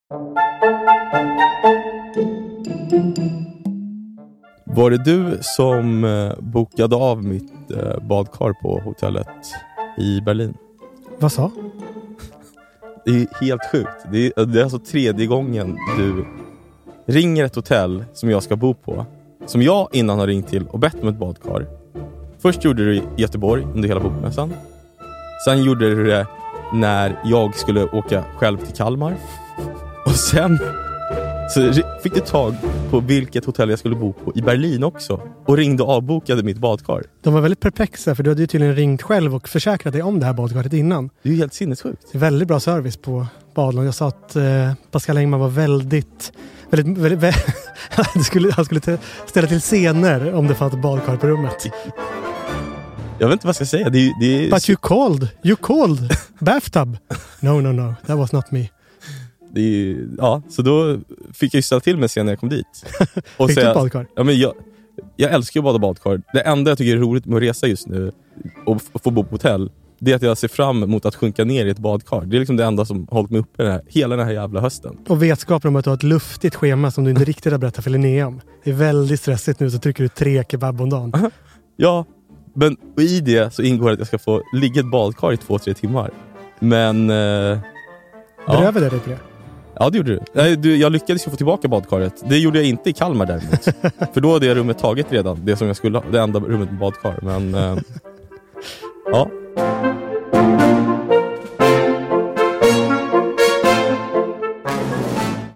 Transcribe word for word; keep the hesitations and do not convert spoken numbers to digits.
Var det du som eh, bokade av mitt eh, badkar på hotellet i Berlin? Vad sa? Det är helt sjukt. Det är, det är alltså tredje gången du ringer ett hotell som jag ska bo på. Som jag innan har ringt till och bett om ett badkar. Först gjorde du det i Göteborg under hela bokmässan. Sen gjorde du det när jag skulle åka själv till Kalmar. Och sen så fick du tag på vilket hotell jag skulle bo på i Berlin också. Och ringde och avbokade mitt badkar. De var väldigt perplexa för du hade ju tydligen ringt själv och försäkrat dig om det här badkaret innan. Det är ju helt sinnessjukt. Det är väldigt bra service på baden. Jag sa att eh, Pascal Engman var väldigt... väldigt, väldigt, väldigt han skulle, han skulle t- ställa till scener om det fanns ett badkar på rummet. Jag vet inte vad jag ska säga. Det är, det är... But you called. You called. Bathtub. No, no, no. That was not me. Det är, ja, så då fick jag ju ställa till mig sen när jag kom dit. Och fick säga, du ett badkar? Ja, men jag, jag älskar ju att bada badkar. Det enda jag tycker är roligt med att resa just nu och f- få bo på hotell, det är att jag ser fram emot att sjunka ner i ett badkar. Det är liksom det enda som hållit mig uppe den här, hela den här jävla hösten. Och vetskapen om att du har ett luftigt schema som du inte riktigt har berättat för Linnea om. Det är väldigt stressigt nu, så trycker du tre kebab om dagen. Ja, men i det så ingår att jag ska få ligga i ett badkar i två, tre timmar. Men... Eh, Berövar det dig på det? Ja, det gjorde du. Nej, du. Jag lyckades ju få tillbaka badkaret. Det gjorde jag inte i Kalmar däremot. För då hade jag rummet taget redan. Det som jag skulle ha. Det enda rummet med badkar. Men... Eh, ja.